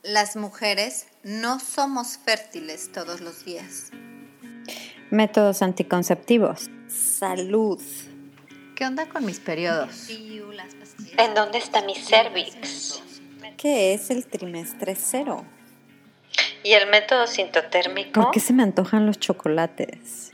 Las mujeres no somos fértiles todos los días. Métodos anticonceptivos. Salud. ¿Qué onda con mis periodos? ¿En dónde está mi cervix? ¿Qué es el trimestre cero? ¿Y el método sintotérmico? ¿Por qué se me antojan los chocolates?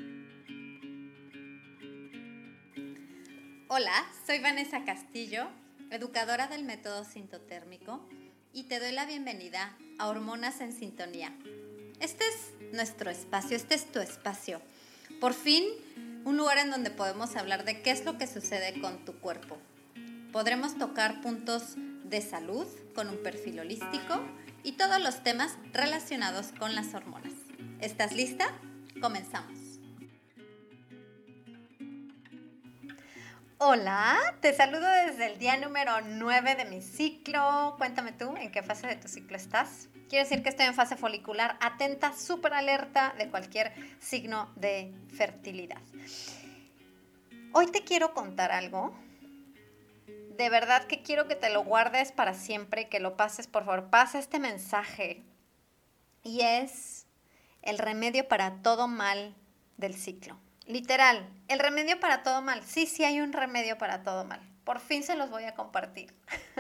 Hola, soy Vanessa Castillo, educadora del método sintotérmico, y te doy la bienvenida a Hormonas en Sintonía. Este es nuestro espacio, este es tu espacio. Por fin, un lugar en donde podemos hablar de qué es lo que sucede con tu cuerpo. Podremos tocar puntos de salud con un perfil holístico y todos los temas relacionados con las hormonas. ¿Estás lista? Comenzamos. Hola, te saludo desde el día número 9 de mi ciclo. Cuéntame tú, ¿en qué fase de tu ciclo estás? Quiero decir que estoy en fase folicular, atenta, súper alerta de cualquier signo de fertilidad. Hoy te quiero contar algo. De verdad que quiero que te lo guardes para siempre, que lo pases, por favor, pasa este mensaje. Y es el remedio para todo mal del ciclo. Literal, el remedio para todo mal. Sí hay un remedio para todo mal. Por fin se los voy a compartir.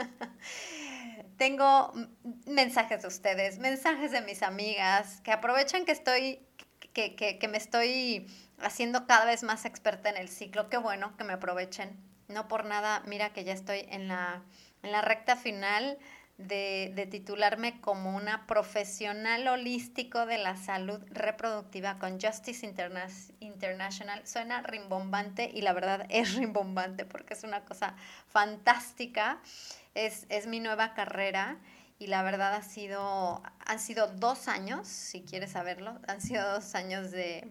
Tengo mensajes de ustedes, mensajes de mis amigas, que aprovechan que me estoy haciendo cada vez más experta en el ciclo. Qué bueno que me aprovechen. No por nada, mira que ya estoy en la recta final de titularme como una profesional holístico de la salud reproductiva con Justice International. Suena rimbombante y la verdad es rimbombante porque es una cosa fantástica. Es mi nueva carrera y la verdad han sido 2 años, si quieres saberlo, han sido 2 años de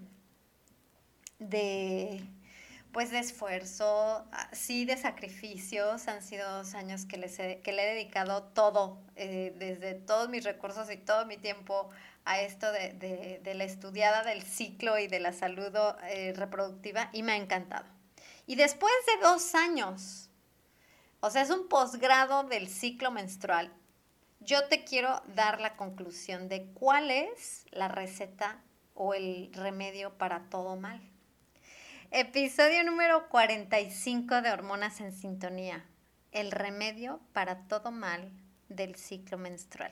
esfuerzo, sí, de sacrificios. Han sido 2 años que le he dedicado todo, desde todos mis recursos y todo mi tiempo a esto de la estudiada del ciclo y de la salud reproductiva, y me ha encantado. Y después de 2 años, o sea, es un posgrado del ciclo menstrual, yo te quiero dar la conclusión de cuál es la receta o el remedio para todo mal. Episodio número 45 de Hormonas en Sintonía. El remedio para todo mal del ciclo menstrual.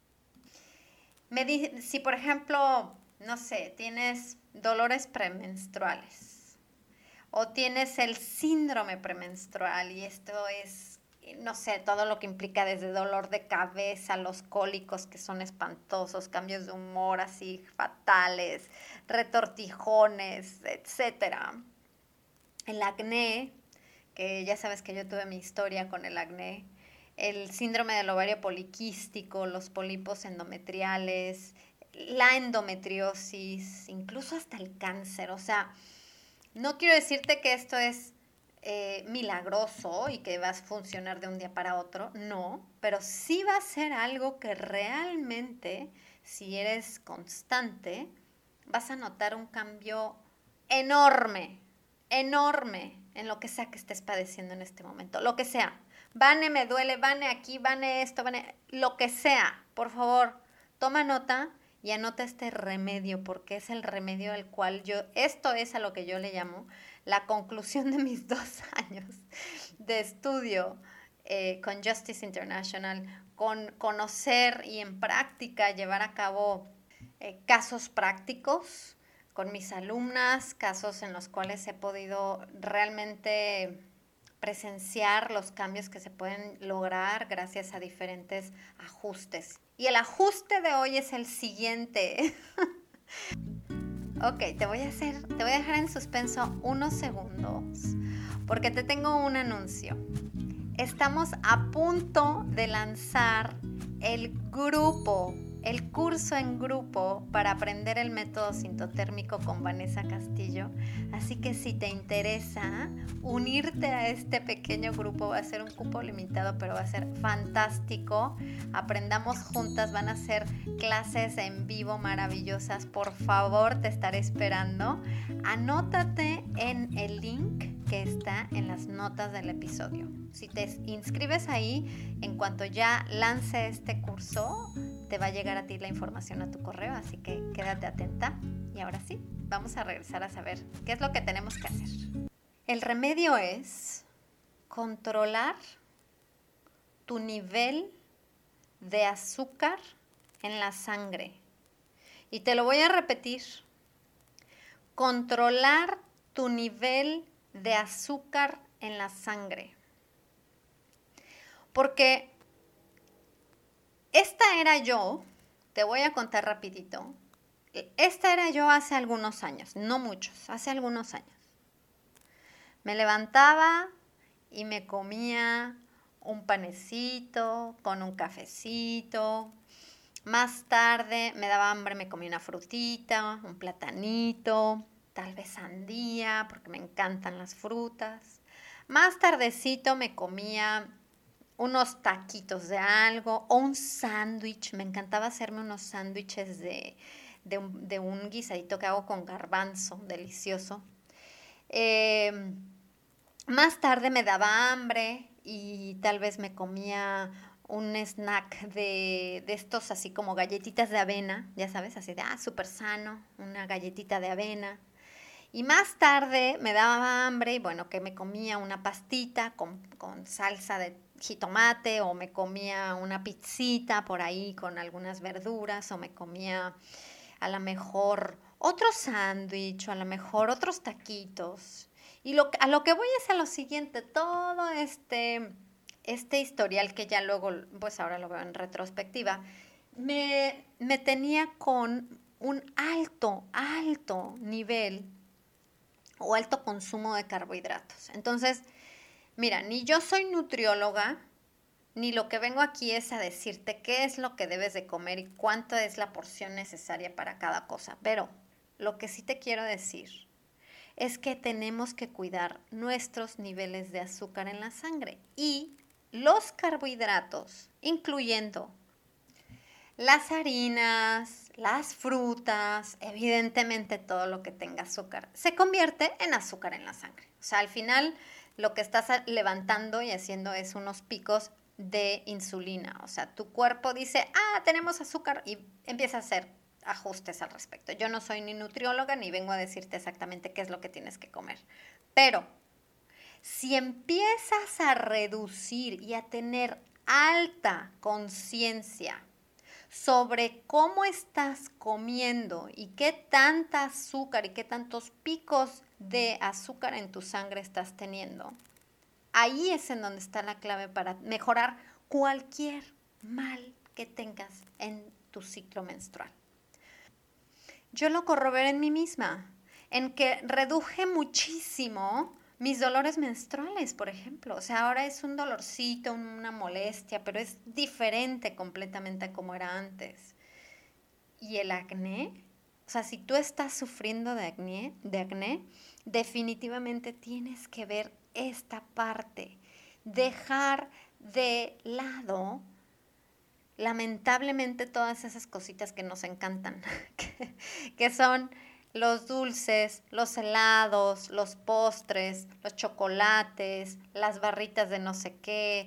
Si por ejemplo, no sé, tienes dolores premenstruales o tienes el síndrome premenstrual, y esto es, no sé, todo lo que implica desde dolor de cabeza, los cólicos que son espantosos, cambios de humor así fatales, retortijones, etcétera. El acné, que ya sabes que yo tuve mi historia con el acné, el síndrome del ovario poliquístico, los pólipos endometriales, la endometriosis, incluso hasta el cáncer. O sea, no quiero decirte que esto es milagroso y que vas a funcionar de un día para otro, no, pero sí va a ser algo que realmente, si eres constante, vas a notar un cambio enorme en lo que sea que estés padeciendo en este momento, lo que sea. Vane, me duele, Vane, aquí, Vane, esto, Vane, lo que sea. Por favor, toma nota y anota este remedio, porque es el remedio al cual esto es a lo que yo le llamo la conclusión de mis 2 años de estudio con Justice International, con conocer y en práctica llevar a cabo casos prácticos con mis alumnas, casos en los cuales he podido realmente presenciar los cambios que se pueden lograr gracias a diferentes ajustes. Y el ajuste de hoy es el siguiente. Ok, te voy a dejar en suspenso unos segundos porque te tengo un anuncio. Estamos a punto de lanzar el curso en grupo para aprender el método sintotérmico con Vanessa Castillo. Así que si te interesa unirte a este pequeño grupo, va a ser un cupo limitado, pero va a ser fantástico. Aprendamos juntas, van a ser clases en vivo maravillosas. Por favor, te estaré esperando. Anótate en el link que está en las notas del episodio. Si te inscribes ahí, en cuanto ya lance este curso, te va a llegar a ti la información a tu correo, así que quédate atenta. Y ahora sí, vamos a regresar a saber qué es lo que tenemos que hacer. El remedio es controlar tu nivel de azúcar en la sangre. Y te lo voy a repetir. Controlar tu nivel de azúcar en la sangre. Porque esta era yo, te voy a contar rapidito, esta era yo hace algunos años, no muchos, hace algunos años. Me levantaba y me comía un panecito con un cafecito. Más tarde me daba hambre, me comía una frutita, un platanito, tal vez sandía, porque me encantan las frutas. Más tardecito me comía unos taquitos de algo o un sándwich. Me encantaba hacerme unos sándwiches de un guisadito que hago con garbanzo, delicioso. Más tarde me daba hambre y tal vez me comía un snack de estos así como galletitas de avena, ya sabes, así de, súper sano, una galletita de avena. Y más tarde me daba hambre y bueno, que me comía una pastita con salsa de jitomate o me comía una pizzita por ahí con algunas verduras o me comía a lo mejor otro sándwich o a lo mejor otros taquitos. Y a lo que voy es a lo siguiente, todo este historial que ya luego, pues ahora lo veo en retrospectiva, me tenía con un alto nivel o alto consumo de carbohidratos. Entonces, mira, ni yo soy nutrióloga, ni lo que vengo aquí es a decirte qué es lo que debes de comer y cuánto es la porción necesaria para cada cosa. Pero lo que sí te quiero decir es que tenemos que cuidar nuestros niveles de azúcar en la sangre y los carbohidratos, incluyendo las harinas, las frutas, evidentemente todo lo que tenga azúcar, se convierte en azúcar en la sangre. O sea, al final lo que estás levantando y haciendo es unos picos de insulina. O sea, tu cuerpo dice, tenemos azúcar y empieza a hacer ajustes al respecto. Yo no soy ni nutrióloga ni vengo a decirte exactamente qué es lo que tienes que comer. Pero si empiezas a reducir y a tener alta conciencia sobre cómo estás comiendo y qué tanta azúcar y qué tantos picos de azúcar en tu sangre estás teniendo, ahí es en donde está la clave para mejorar cualquier mal que tengas en tu ciclo menstrual. Yo lo corroboré en mí misma, en que reduje muchísimo mis dolores menstruales, por ejemplo. O sea, ahora es un dolorcito, una molestia, pero es diferente completamente a como era antes. Y el acné, o sea, si tú estás sufriendo de acné, definitivamente tienes que ver esta parte. Dejar de lado, lamentablemente, todas esas cositas que nos encantan, que son los dulces, los helados, los postres, los chocolates, las barritas de no sé qué,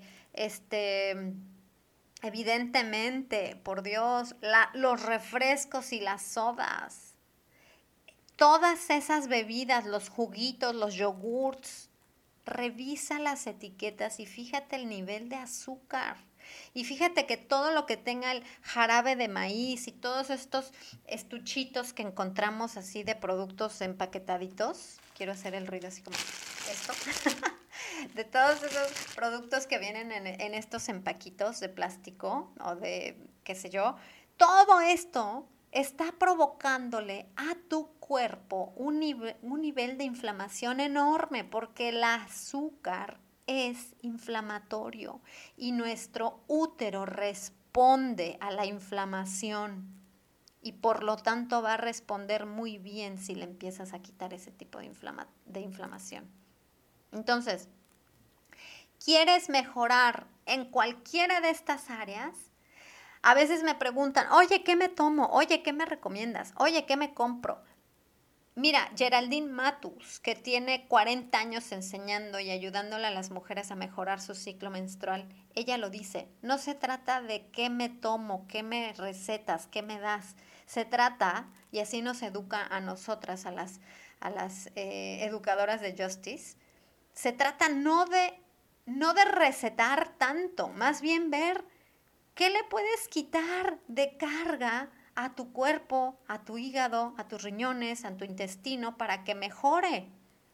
evidentemente, por Dios, los refrescos y las sodas. Todas esas bebidas, los juguitos, los yogurts, revisa las etiquetas y fíjate el nivel de azúcar. Y fíjate que todo lo que tenga el jarabe de maíz y todos estos estuchitos que encontramos así de productos empaquetaditos, quiero hacer el ruido así como esto, de todos esos productos que vienen en estos empaquitos de plástico o de qué sé yo, todo esto está provocándole a tu cuerpo un nivel de inflamación enorme porque el azúcar es inflamatorio y nuestro útero responde a la inflamación y por lo tanto va a responder muy bien si le empiezas a quitar ese tipo de inflamación. Entonces, ¿quieres mejorar en cualquiera de estas áreas? A veces me preguntan, oye, ¿qué me tomo? Oye, ¿qué me recomiendas? Oye, ¿qué me compro? Mira, Geraldine Matus, que tiene 40 años enseñando y ayudándole a las mujeres a mejorar su ciclo menstrual, ella lo dice, no se trata de qué me tomo, qué me recetas, qué me das, se trata, y así nos educa a nosotras, a las educadoras de Justice, se trata no de recetar tanto, más bien ver qué le puedes quitar de carga a tu cuerpo, a tu hígado, a tus riñones, a tu intestino para que mejore.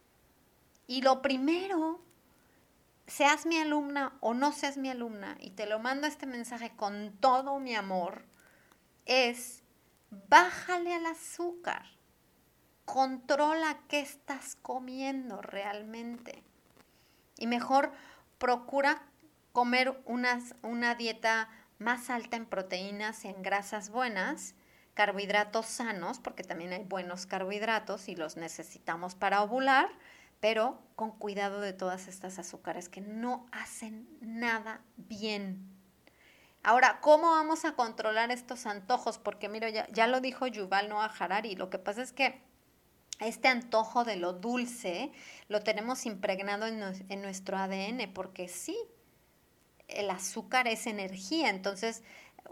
Y lo primero, seas mi alumna o no seas mi alumna, y te lo mando este mensaje con todo mi amor, es bájale al azúcar. Controla qué estás comiendo realmente. Y mejor procura comer una dieta más alta en proteínas y en grasas buenas, carbohidratos sanos, porque también hay buenos carbohidratos y los necesitamos para ovular, pero con cuidado de todas estas azúcares que no hacen nada bien. Ahora, ¿cómo vamos a controlar estos antojos? Porque mira, ya lo dijo Yuval Noah Harari, lo que pasa es que este antojo de lo dulce lo tenemos impregnado en nuestro ADN, porque sí, el azúcar es energía. Entonces,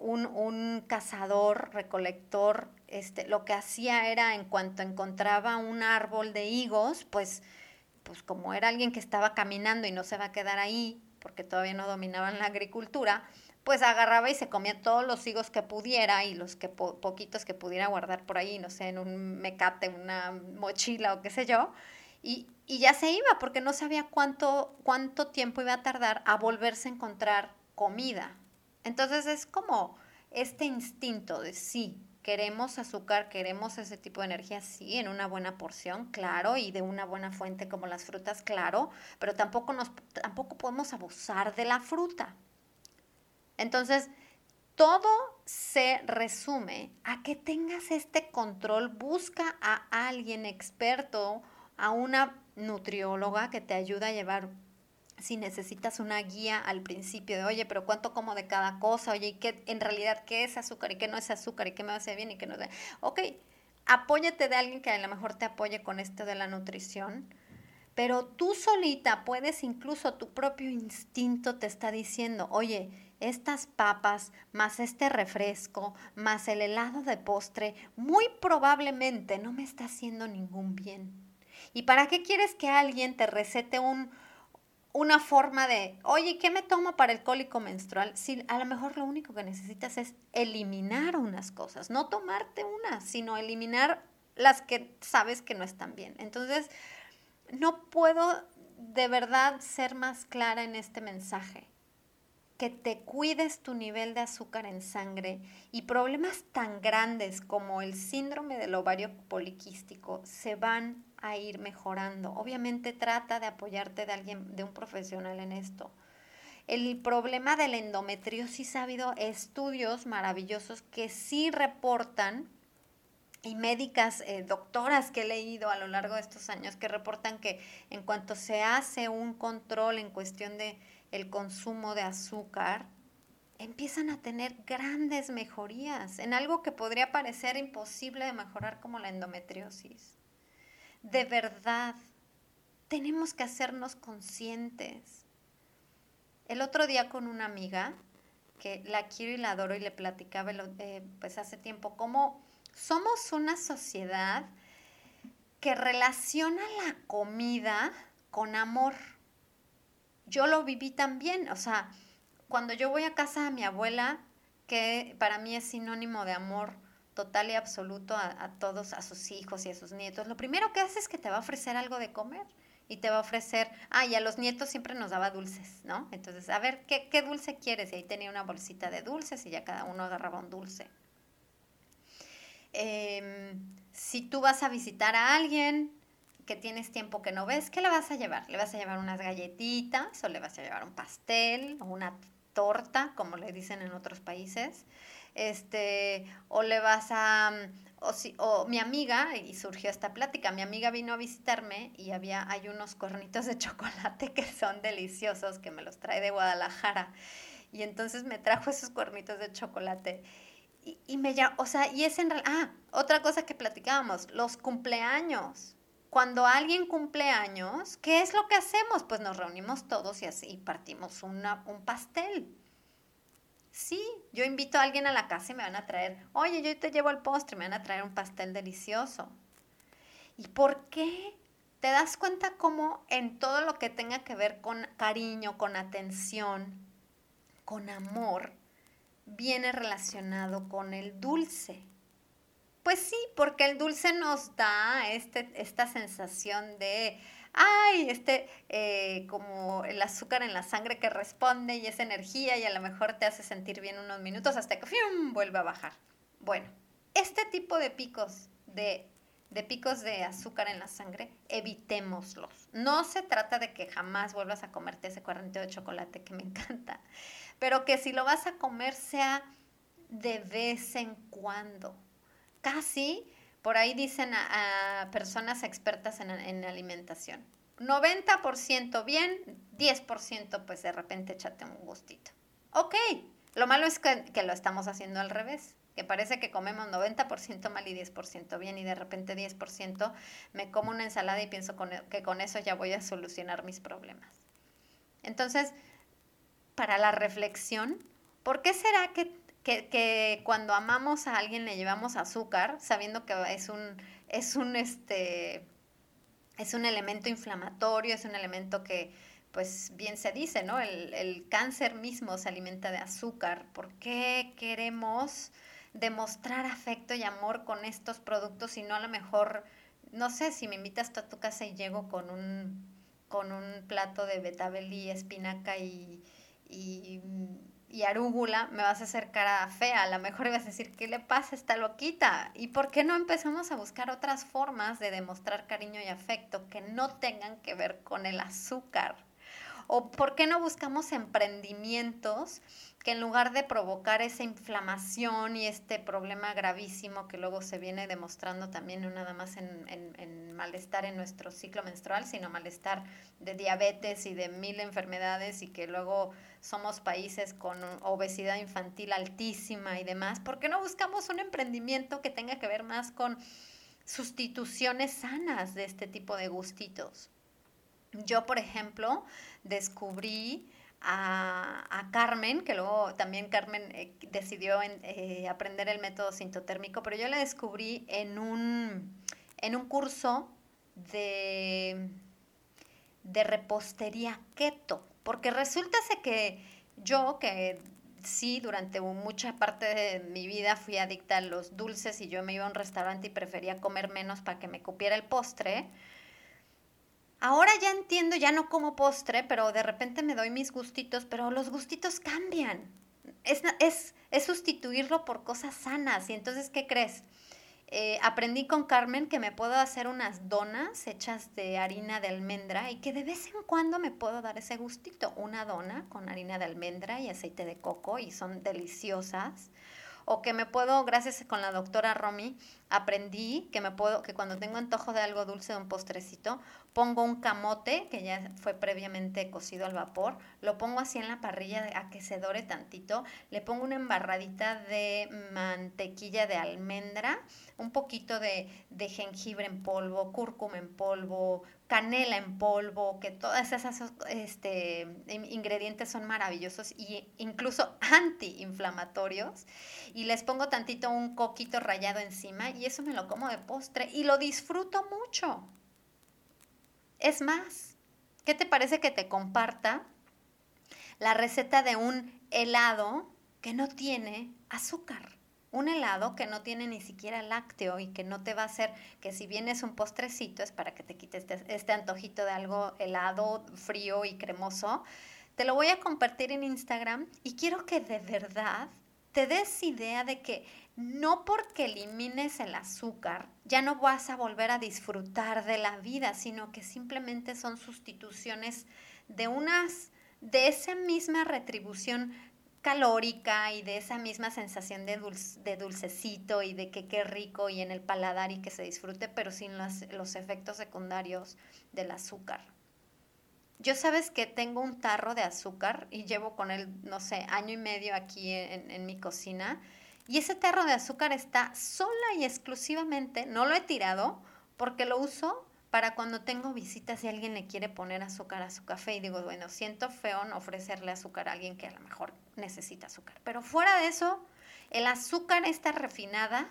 un cazador, recolector, lo que hacía era, en cuanto encontraba un árbol de higos, pues como era alguien que estaba caminando y no se va a quedar ahí, porque todavía no dominaban la agricultura, pues agarraba y se comía todos los higos que pudiera y los que poquitos que pudiera guardar por ahí, no sé, en un mecate, una mochila o qué sé yo, y ya se iba porque no sabía cuánto tiempo iba a tardar a volverse a encontrar comida. Entonces es como este instinto de sí, queremos azúcar, queremos ese tipo de energía, sí, en una buena porción, claro, y de una buena fuente como las frutas, claro, pero tampoco podemos abusar de la fruta. Entonces, todo se resume a que tengas este control. Busca a alguien experto, a una nutrióloga que te ayude a llevar, si necesitas una guía al principio de, oye, pero ¿cuánto como de cada cosa? Oye, ¿y qué, en realidad qué es azúcar y qué no es azúcar y qué me hace bien y qué no? Ok, apóyate de alguien que a lo mejor te apoye con esto de la nutrición, pero tú solita puedes, incluso tu propio instinto te está diciendo, oye, estas papas, más este refresco, más el helado de postre, muy probablemente no me está haciendo ningún bien. ¿Y para qué quieres que alguien te recete una forma de, oye, ¿qué me tomo para el cólico menstrual? Si a lo mejor lo único que necesitas es eliminar unas cosas, no tomarte unas, sino eliminar las que sabes que no están bien. Entonces, no puedo de verdad ser más clara en este mensaje. Que te cuides tu nivel de azúcar en sangre, y problemas tan grandes como el síndrome del ovario poliquístico se van a ir mejorando. Obviamente trata de apoyarte de alguien, de un profesional en esto. El problema de la endometriosis, ha habido estudios maravillosos que sí reportan, y médicas, doctoras que he leído a lo largo de estos años, que reportan que en cuanto se hace un control en cuestión de el consumo de azúcar, empiezan a tener grandes mejorías en algo que podría parecer imposible de mejorar, como la endometriosis. De verdad, tenemos que hacernos conscientes. El otro día, con una amiga, que la quiero y la adoro, y le platicaba pues hace tiempo cómo somos una sociedad que relaciona la comida con amor. Yo lo viví también, o sea, cuando yo voy a casa de mi abuela, que para mí es sinónimo de amor total y absoluto a todos, a sus hijos y a sus nietos, lo primero que hace es que te va a ofrecer algo de comer. Y te va a ofrecer, y a los nietos siempre nos daba dulces, ¿no? Entonces, a ver, ¿qué dulce quieres? Y ahí tenía una bolsita de dulces y ya cada uno agarraba un dulce. Si tú vas a visitar a alguien que tienes tiempo que no ves, ¿qué le vas a llevar? ¿Le vas a llevar unas galletitas o le vas a llevar un pastel o una torta, como le dicen en otros países? O le vas a... O mi amiga, y surgió esta plática, mi amiga vino a visitarme y hay unos cuernitos de chocolate que son deliciosos, que me los trae de Guadalajara. Y entonces me trajo esos cuernitos de chocolate. Y me llama, o sea, y es en realidad, otra cosa que platicábamos, los cumpleaños. Cuando alguien cumple años, ¿qué es lo que hacemos? Pues nos reunimos todos y así partimos un pastel. Sí, yo invito a alguien a la casa y me van a traer, oye, yo te llevo el postre, me van a traer un pastel delicioso. ¿Y por qué? ¿Te das cuenta cómo en todo lo que tenga que ver con cariño, con atención, con amor, viene relacionado con el dulce? Pues sí, porque el dulce nos da esta sensación de, ay, como el azúcar en la sangre que responde y esa energía y a lo mejor te hace sentir bien unos minutos hasta que ¡fium! Vuelve a bajar. Bueno, este tipo de picos de azúcar en la sangre, evitémoslos. No se trata de que jamás vuelvas a comerte ese cuarenteo de chocolate que me encanta, pero que si lo vas a comer sea de vez en cuando. Casi, por ahí dicen a personas expertas en alimentación, 90% bien, 10% pues de repente échate un gustito. Ok, lo malo es que lo estamos haciendo al revés, que parece que comemos 90% mal y 10% bien y de repente 10% me como una ensalada y pienso que con eso ya voy a solucionar mis problemas. Entonces, para la reflexión, ¿por qué será que cuando amamos a alguien le llevamos azúcar, sabiendo que es un elemento inflamatorio, es un elemento que, pues bien se dice, ¿no? El cáncer mismo se alimenta de azúcar. ¿Por qué queremos demostrar afecto y amor con estos productos y no a lo mejor, no sé, si me invitas tú a tu casa y llego con un plato de betabel y espinaca y, y arúgula, me vas a hacer cara fea, a lo mejor ibas a decir, ¿qué le pasa? Está loquita. ¿Y por qué no empezamos a buscar otras formas de demostrar cariño y afecto que no tengan que ver con el azúcar? ¿O por qué no buscamos emprendimientos que en lugar de provocar esa inflamación y este problema gravísimo que luego se viene demostrando también no nada más en malestar en nuestro ciclo menstrual, sino malestar de diabetes y de 1000 enfermedades y que luego somos países con obesidad infantil altísima y demás? ¿Por qué no buscamos un emprendimiento que tenga que ver más con sustituciones sanas de este tipo de gustitos? Yo, por ejemplo, descubrí a Carmen, que luego también Carmen decidió aprender el método sintotérmico, pero yo la descubrí en un curso de, de repostería keto, porque resulta que yo, que sí, durante mucha parte de mi vida fui adicta a los dulces y yo me iba a un restaurante y prefería comer menos para que me cupiera el postre. Ahora ya entiendo, ya no como postre, pero de repente me doy mis gustitos, pero los gustitos cambian. Es sustituirlo por cosas sanas. Y entonces, ¿qué crees? Aprendí con Carmen que me puedo hacer unas donas hechas de harina de almendra y que de vez en cuando me puedo dar ese gustito. Una dona con harina de almendra y aceite de coco y son deliciosas. O que me puedo, gracias con la doctora Romy, aprendí que cuando tengo antojo de algo dulce, de un postrecito, pongo un camote que ya fue previamente cocido al vapor, lo pongo así en la parrilla a que se dore tantito, le pongo una embarradita de mantequilla de almendra, un poquito de jengibre en polvo, cúrcuma en polvo, canela en polvo, que todas esas ingredientes son maravillosos e incluso antiinflamatorios, y les pongo tantito un coquito rallado encima y eso me lo como de postre y lo disfruto mucho. Es más, ¿qué te parece que te comparta la receta de un helado que no tiene azúcar? Un helado que no tiene ni siquiera lácteo y que no te va a hacer, que si bien es un postrecito, es para que te quites este antojito de algo helado, frío y cremoso. Te lo voy a compartir en Instagram y quiero que de verdad te des idea de que no porque elimines el azúcar ya no vas a volver a disfrutar de la vida, sino que simplemente son sustituciones de esa misma retribución calórica y de esa misma sensación de dulcecito y de que qué rico y en el paladar y que se disfrute, pero sin los efectos secundarios del azúcar. Yo sabes que tengo un tarro de azúcar y llevo con él, no sé, año y medio aquí en mi cocina Y ese tarro de azúcar está sola y exclusivamente, no lo he tirado, porque lo uso para cuando tengo visitas y alguien le quiere poner azúcar a su café. Y digo, bueno, siento feo no ofrecerle azúcar a alguien que a lo mejor necesita azúcar. Pero fuera de eso, el azúcar esta refinada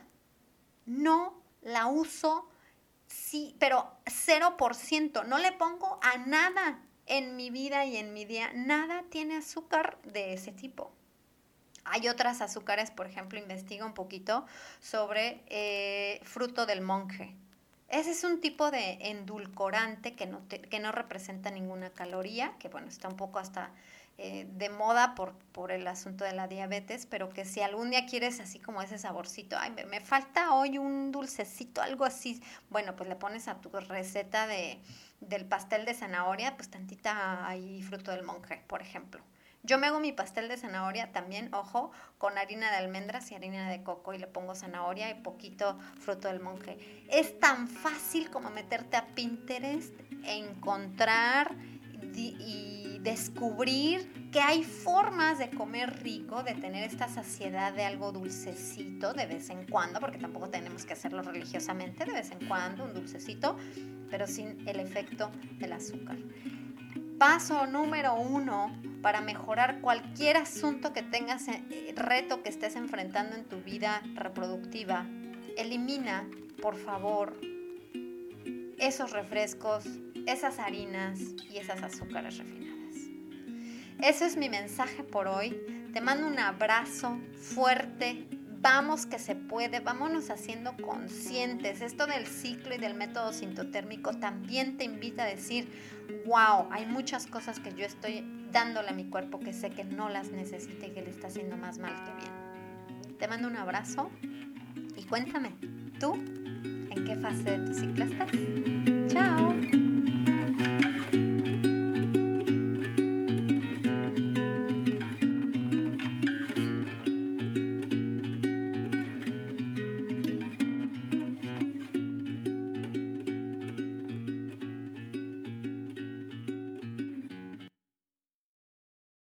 no la uso, sí, pero 0%. No le pongo a nada en mi vida y en mi día. Nada tiene azúcar de ese tipo. Hay otras azúcares, por ejemplo, investiga un poquito sobre fruto del monje. Ese es un tipo de endulcorante que no representa ninguna caloría, que bueno, está un poco hasta de moda por el asunto de la diabetes, pero que si algún día quieres así como ese saborcito, ay, me falta hoy un dulcecito, algo así, bueno, pues le pones a tu receta del pastel de zanahoria, pues tantita ahí fruto del monje, por ejemplo. Yo me hago mi pastel de zanahoria también, ojo, con harina de almendras y harina de coco y le pongo zanahoria y poquito fruto del monje. Es tan fácil como meterte a Pinterest, encontrar y descubrir que hay formas de comer rico, de tener esta saciedad de algo dulcecito de vez en cuando, porque tampoco tenemos que hacerlo religiosamente, de vez en cuando un dulcecito, pero sin el efecto del azúcar. Paso número 1 para mejorar cualquier asunto que tengas, reto que estés enfrentando en tu vida reproductiva. Elimina, por favor, esos refrescos, esas harinas y esas azúcares refinadas. Eso es mi mensaje por hoy. Te mando un abrazo fuerte. Vamos que se puede, vámonos haciendo conscientes. Esto del ciclo y del método sintotérmico también te invita a decir, wow, hay muchas cosas que yo estoy dándole a mi cuerpo que sé que no las necesita y que le está haciendo más mal que bien. Te mando un abrazo y cuéntame, ¿tú en qué fase de tu ciclo estás? ¡Chao!